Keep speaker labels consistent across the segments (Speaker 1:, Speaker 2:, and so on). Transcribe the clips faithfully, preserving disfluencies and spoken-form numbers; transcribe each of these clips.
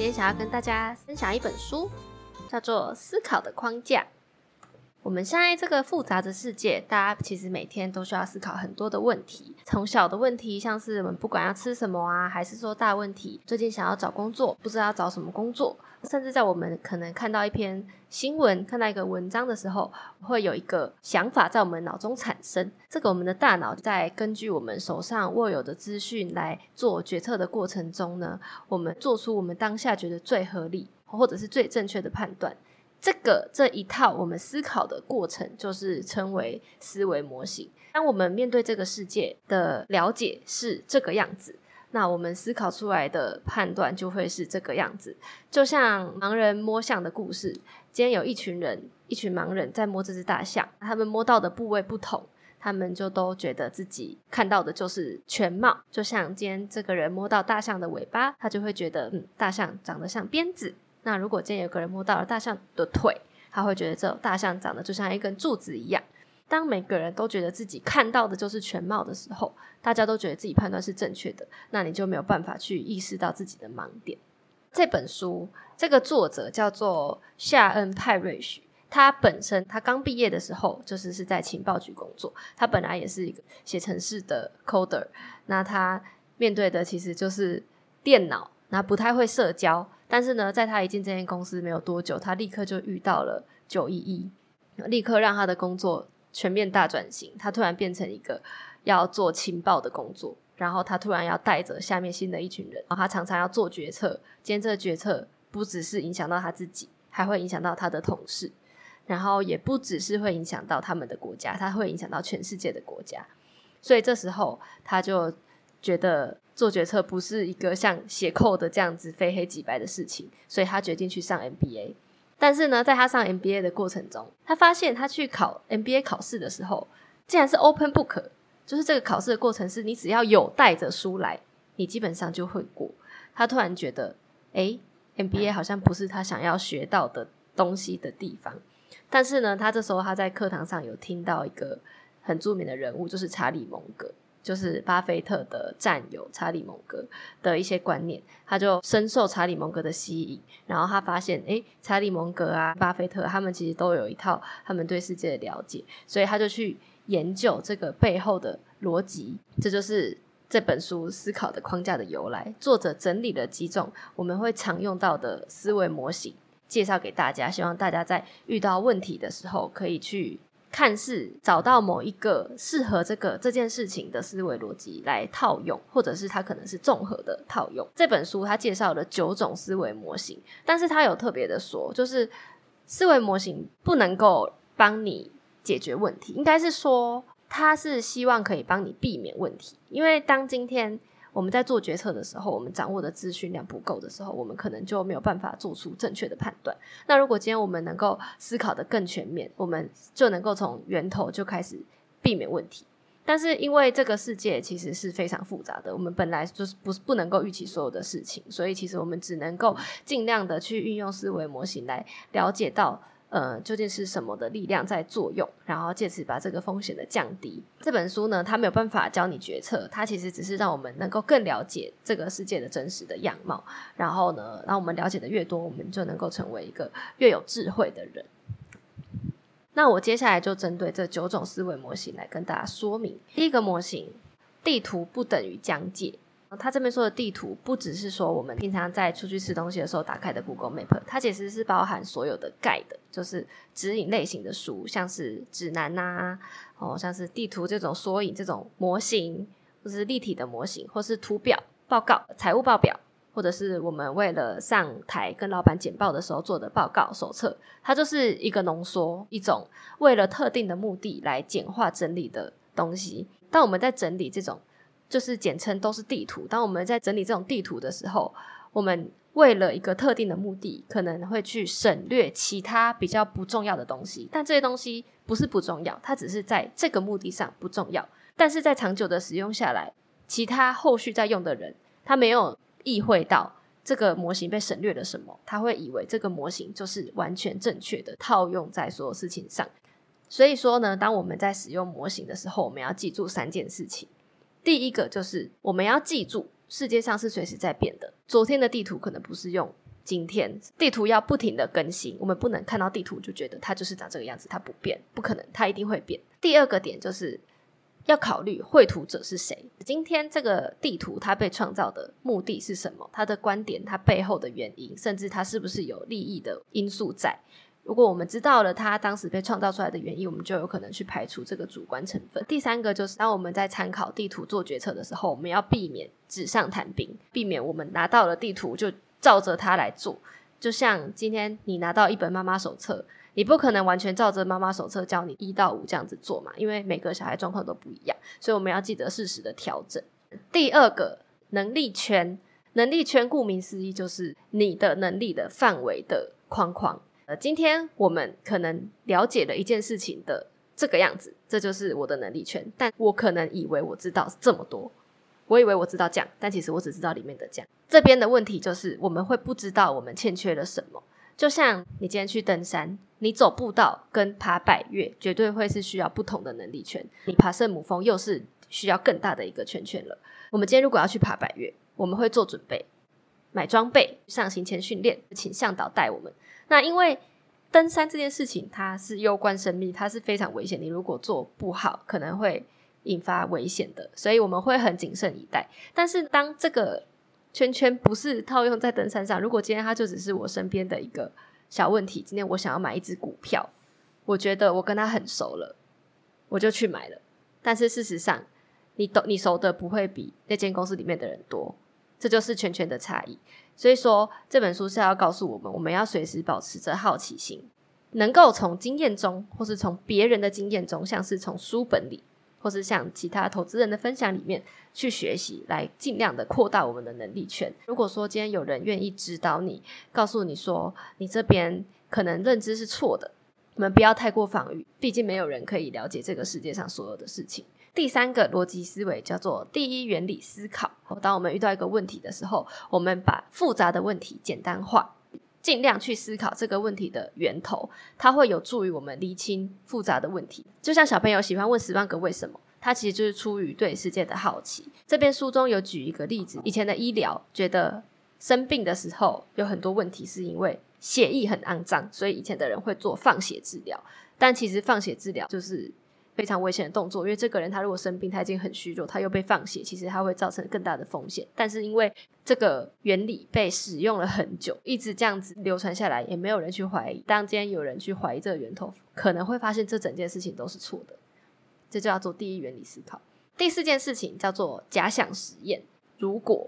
Speaker 1: 今天想要跟大家分享一本书，叫做《思考的框架》。我们现在这个复杂的世界，大家其实每天都需要思考很多的问题，从小的问题，像是我们不管要吃什么啊，还是说大问题，最近想要找工作，不知道要找什么工作，甚至在我们可能看到一篇新闻，看到一个文章的时候，会有一个想法在我们脑中产生。这个我们的大脑在根据我们手上握有的资讯来做决策的过程中呢，我们做出我们当下觉得最合理或者是最正确的判断。这个这一套我们思考的过程就是称为思维模型。当我们面对这个世界的了解是这个样子，那我们思考出来的判断就会是这个样子。就像盲人摸象的故事，今天有一群人一群盲人在摸这只大象，他们摸到的部位不同，他们就都觉得自己看到的就是全貌。就像今天这个人摸到大象的尾巴，他就会觉得嗯，大象长得像鞭子。那如果今天有个人摸到了大象的腿，他会觉得这大象长得就像一根柱子一样。当每个人都觉得自己看到的就是全貌的时候，大家都觉得自己判断是正确的，那你就没有办法去意识到自己的盲点。这本书这个作者叫做夏恩·派瑞许，他本身他刚毕业的时候就是是在情报局工作，他本来也是一个写程式的 coder， 那他面对的其实就是电脑，那不太会社交。但是呢，在他一进这间公司没有多久，他立刻就遇到了九一一，立刻让他的工作全面大转型。他突然变成一个要做情报的工作，然后他突然要带着下面新的一群人，然后他常常要做决策。今天这个决策不只是影响到他自己，还会影响到他的同事，然后也不只是会影响到他们的国家，他会影响到全世界的国家。所以这时候他就觉得做决策不是一个像写扣的这样子非黑即白的事情，所以他决定去上 M B A。 但是呢，在他上 M B A 的过程中，他发现他去考 M B A 考试的时候竟然是 open book， 就是这个考试的过程是你只要有带着书来，你基本上就会过。他突然觉得诶 M B A 好像不是他想要学到的东西的地方。但是呢，他这时候他在课堂上有听到一个很著名的人物，就是查理蒙格，就是巴菲特的战友查理蒙格的一些观念，他就深受查理蒙格的吸引。然后他发现诶查理蒙格啊巴菲特他们其实都有一套他们对世界的了解，所以他就去研究这个背后的逻辑。这就是这本书思考的框架的由来。作者整理了几种我们会常用到的思维模型，介绍给大家，希望大家在遇到问题的时候可以去看似找到某一个适合这个这件事情的思维逻辑来套用，或者是它可能是综合的套用。这本书它介绍了九种思维模型，但是它有特别的说，就是思维模型不能够帮你解决问题，应该是说它是希望可以帮你避免问题。因为当今天我们在做决策的时候，我们掌握的资讯量不够的时候，我们可能就没有办法做出正确的判断。那如果今天我们能够思考得更全面，我们就能够从源头就开始避免问题。但是因为这个世界其实是非常复杂的，我们本来就是不不能够预期所有的事情，所以其实我们只能够尽量的去运用思维模型来了解到呃，究竟是什么的力量在作用，然后借此把这个风险的降低。这本书呢，它没有办法教你决策，它其实只是让我们能够更了解这个世界的真实的样貌，然后呢，让我们了解的越多，我们就能够成为一个越有智慧的人。那我接下来就针对这九种思维模型来跟大家说明。第一个模型，地图不等于疆界。他这边说的地图不只是说我们平常在出去吃东西的时候打开的 Google Map， 它其实是包含所有的 guide， 就是指引类型的书，像是指南啊、哦、像是地图这种索引这种模型，或是立体的模型，或是图表、报告、财务报表，或者是我们为了上台跟老板简报的时候做的报告手册。它就是一个浓缩，一种为了特定的目的来简化整理的东西。当我们在整理这种就是简称都是地图，当我们在整理这种地图的时候，我们为了一个特定的目的可能会去省略其他比较不重要的东西，但这些东西不是不重要，它只是在这个目的上不重要。但是在长久的使用下来，其他后续在用的人他没有意会到这个模型被省略了什么，他会以为这个模型就是完全正确的套用在所有事情上。所以说呢，当我们在使用模型的时候，我们要记住三件事情。第一个就是我们要记住世界上是随时在变的，昨天的地图可能不是用今天地图要不停的更新，我们不能看到地图就觉得它就是长这个样子，它不变，不可能，它一定会变。第二个点就是要考虑绘图者是谁，今天这个地图它被创造的目的是什么，它的观点，它背后的原因，甚至它是不是有利益的因素在。如果我们知道了它当时被创造出来的原因，我们就有可能去排除这个主观成分。第三个就是当我们在参考地图做决策的时候，我们要避免纸上谈兵，避免我们拿到了地图就照着它来做。就像今天你拿到一本妈妈手册，你不可能完全照着妈妈手册教你一到五这样子做嘛，因为每个小孩状况都不一样，所以我们要记得适时的调整。第二个能力圈，能力圈顾名思义就是你的能力的范围的框框。呃，今天我们可能了解了一件事情的这个样子，这就是我的能力圈，但我可能以为我知道这么多，我以为我知道这样，但其实我只知道里面的这样。这边的问题就是我们会不知道我们欠缺了什么。就像你今天去登山，你走步道跟爬百岳绝对会是需要不同的能力圈，你爬圣母峰又是需要更大的一个圈圈了。我们今天如果要去爬百岳，我们会做准备，买装备，上行前训练，请向导带我们。那因为登山这件事情它是攸关生命，它是非常危险，你如果做不好可能会引发危险的，所以我们会很谨慎以待。但是当这个圈圈不是套用在登山上，如果今天它就只是我身边的一个小问题，今天我想要买一只股票，我觉得我跟他很熟了，我就去买了，但是事实上你懂你熟的不会比那间公司里面的人多，这就是圈圈的差异。所以说这本书是要告诉我们，我们要随时保持着好奇心，能够从经验中或是从别人的经验中，像是从书本里或是像其他投资人的分享里面去学习，来尽量的扩大我们的能力圈。如果说今天有人愿意指导你，告诉你说你这边可能认知是错的，我们不要太过防御，毕竟没有人可以了解这个世界上所有的事情。第三个逻辑思维叫做第一原理思考。当我们遇到一个问题的时候，我们把复杂的问题简单化，尽量去思考这个问题的源头，它会有助于我们厘清复杂的问题。就像小朋友喜欢问十万个为什么，它其实就是出于对世界的好奇。这边书中有举一个例子，以前的医疗觉得生病的时候有很多问题是因为血液很肮脏，所以以前的人会做放血治疗，但其实放血治疗就是非常危险的动作，因为这个人他如果生病，他已经很虚弱，他又被放血，其实他会造成更大的风险。但是因为这个原理被使用了很久，一直这样子流传下来，也没有人去怀疑。当今天有人去怀疑这个源头，可能会发现这整件事情都是错的，这就叫做第一原理思考。第四件事情叫做假想实验，如果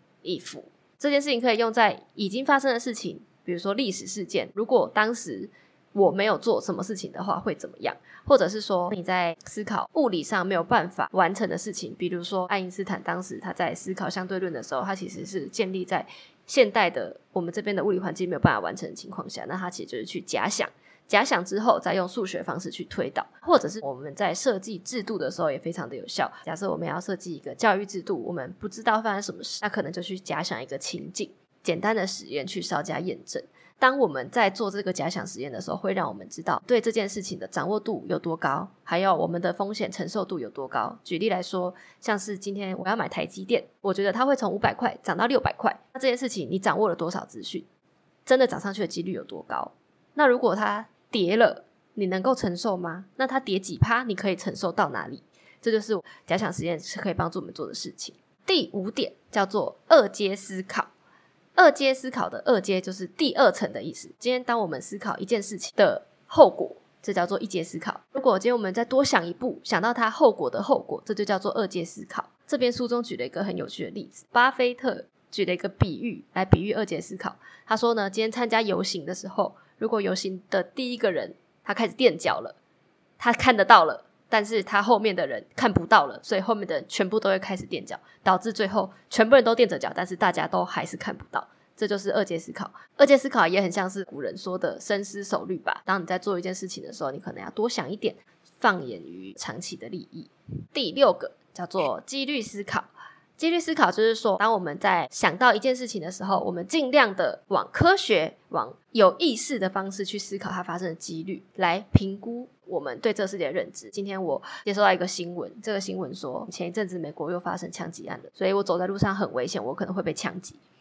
Speaker 1: if 这件事情可以用在已经发生的事情，比如说历史事件，如果当时我没有做什么事情的话会怎么样，或者是说你在思考物理上没有办法完成的事情，比如说爱因斯坦当时他在思考相对论的时候，他其实是建立在现代的我们这边的物理环境没有办法完成的情况下，那他其实就是去假想，假想之后再用数学方式去推导。或者是我们在设计制度的时候也非常的有效，假设我们要设计一个教育制度，我们不知道发生什么事，那可能就去假想一个情境，简单的实验去稍加验证。当我们在做这个假想实验的时候，会让我们知道对这件事情的掌握度有多高，还有我们的风险承受度有多高。举例来说，像是今天我要买台积电，我觉得它会从五百块涨到六百块，那这件事情你掌握了多少资讯，真的涨上去的几率有多高？那如果它跌了，你能够承受吗？那它跌几趴，你可以承受到哪里？这就是假想实验是可以帮助我们做的事情。第五点叫做二阶思考。二阶思考的二阶就是第二层的意思。今天当我们思考一件事情的后果，这叫做一阶思考。如果今天我们再多想一步，想到它后果的后果，这就叫做二阶思考。这边书中举了一个很有趣的例子，巴菲特举了一个比喻来比喻二阶思考。他说呢，今天参加游行的时候，如果游行的第一个人他开始垫脚了，他看得到了，但是他后面的人看不到了，所以后面的人全部都会开始垫脚，导致最后全部人都垫着脚，但是大家都还是看不到。这就是二阶思考。二阶思考也很像是古人说的深思熟虑吧，当你在做一件事情的时候，你可能要多想一点，放眼于长期的利益。第六个叫做几率思考。几率思考就是说，当我们在想到一件事情的时候，我们尽量的往科学往有意识的方式去思考它发生的几率，来评估我们对这个世界的认知。今天我接收到一个新闻，这个新闻说前一阵子美国又发生枪击案了，所以我走在路上很危险，我可能会被枪击。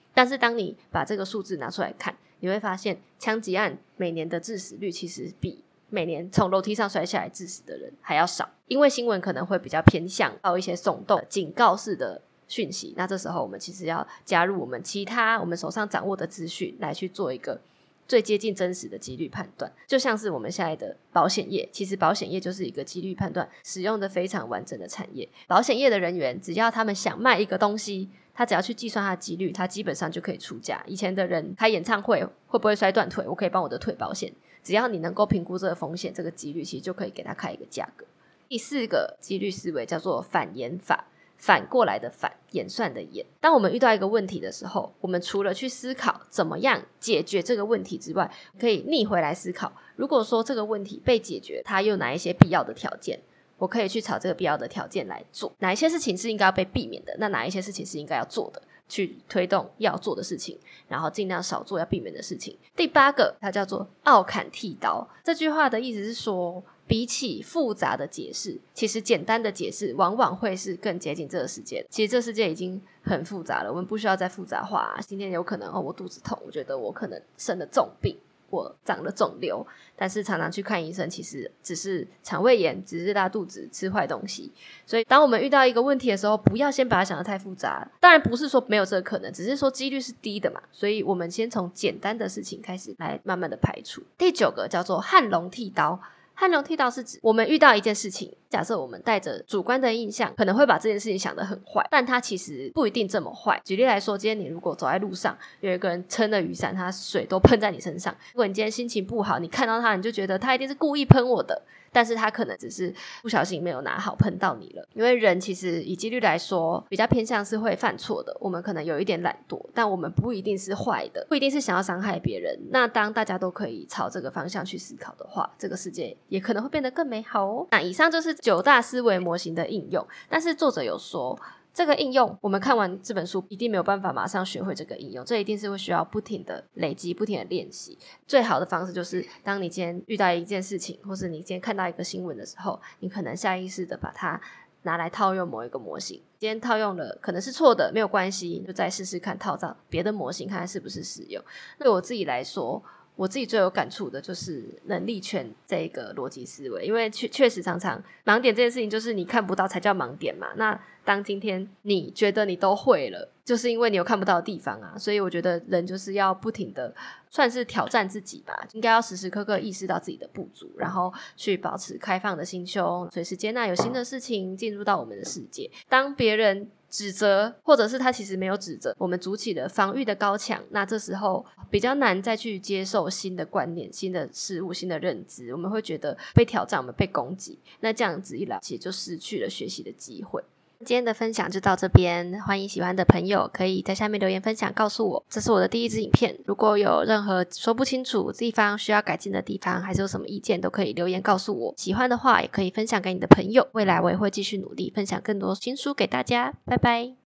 Speaker 1: 但是当你把这个数字拿出来看，你会发现枪击案每年的致死率其实比每年从楼梯上摔下来致死的人还要少，因为新闻可能会比较偏向到一些耸动警告式的讯息，那这时候我们其实要加入我们其他我们手上掌握的资讯来去做一个最接近真实的几率判断。就像是我们现在的保险业，其实保险业就是一个几率判断使用的非常完整的产业。保险业的人员只要他们想卖一个东西，他只要去计算他的几率，他基本上就可以出价。以前的人开演唱会会不会摔断腿，我可以帮我的腿保险，只要你能够评估这个风险，这个几率其实就可以给他开一个价格。第四个几率思维叫做反演法，反过来的反，演算的演。当我们遇到一个问题的时候，我们除了去思考怎么样解决这个问题之外，可以逆回来思考，如果说这个问题被解决，它有哪一些必要的条件，我可以去朝这个必要的条件来做，哪一些事情是应该要被避免的，那哪一些事情是应该要做的，去推动要做的事情，然后尽量少做要避免的事情。第八个它叫做奥砍剃刀，这句话的意思是说，比起复杂的解释，其实简单的解释往往会是更接近这个世界的。其实这世界已经很复杂了，我们不需要再复杂化、啊、今天有可能哦，我肚子痛，我觉得我可能生了重病，我长了肿瘤，但是常常去看医生其实只是肠胃炎，只是拉肚子，吃坏东西。所以当我们遇到一个问题的时候，不要先把它想得太复杂，当然不是说没有这个可能，只是说几率是低的嘛，所以我们先从简单的事情开始来慢慢的排除。第九个叫做汉龙剃刀，汉龙剃刀是指我们遇到一件事情，假设我们带着主观的印象可能会把这件事情想得很坏，但它其实不一定这么坏。举例来说，今天你如果走在路上，有一个人撑了雨伞，他水都喷在你身上，如果你今天心情不好，你看到他，你就觉得他一定是故意喷我的，但是他可能只是不小心没有拿好喷到你了。因为人其实以几率来说比较偏向是会犯错的，我们可能有一点懒惰，但我们不一定是坏的，不一定是想要伤害别人。那当大家都可以朝这个方向去思考的话，这个世界也可能会变得更美好哦。那以上就是九大思维模型的应用，但是作者有说这个应用我们看完这本书一定没有办法马上学会这个应用，这一定是会需要不停的累积，不停的练习。最好的方式就是当你今天遇到一件事情，或是你今天看到一个新闻的时候，你可能下意识的把它拿来套用某一个模型，今天套用了可能是错的，没有关系，就再试试看套到别的模型看看是不是适用。那对我自己来说，我自己最有感触的就是能力圈这个逻辑思维，因为确确实常常盲点这件事情就是你看不到才叫盲点嘛，那当今天你觉得你都会了，就是因为你有看不到的地方啊，所以我觉得人就是要不停的算是挑战自己吧，应该要时时刻刻意识到自己的不足，然后去保持开放的心胸，随时接纳有新的事情进入到我们的世界。当别人指责，或者是他其实没有指责，我们筑起了防御的高墙，那这时候比较难再去接受新的观念、新的事物、新的认知，我们会觉得被挑战，我们被攻击，那这样子一来其实就失去了学习的机会。今天的分享就到这边，欢迎喜欢的朋友可以在下面留言分享告诉我，这是我的第一支影片，如果有任何说不清楚地方需要改进的地方，还是有什么意见都可以留言告诉我，喜欢的话也可以分享给你的朋友，未来我也会继续努力分享更多新书给大家，拜拜。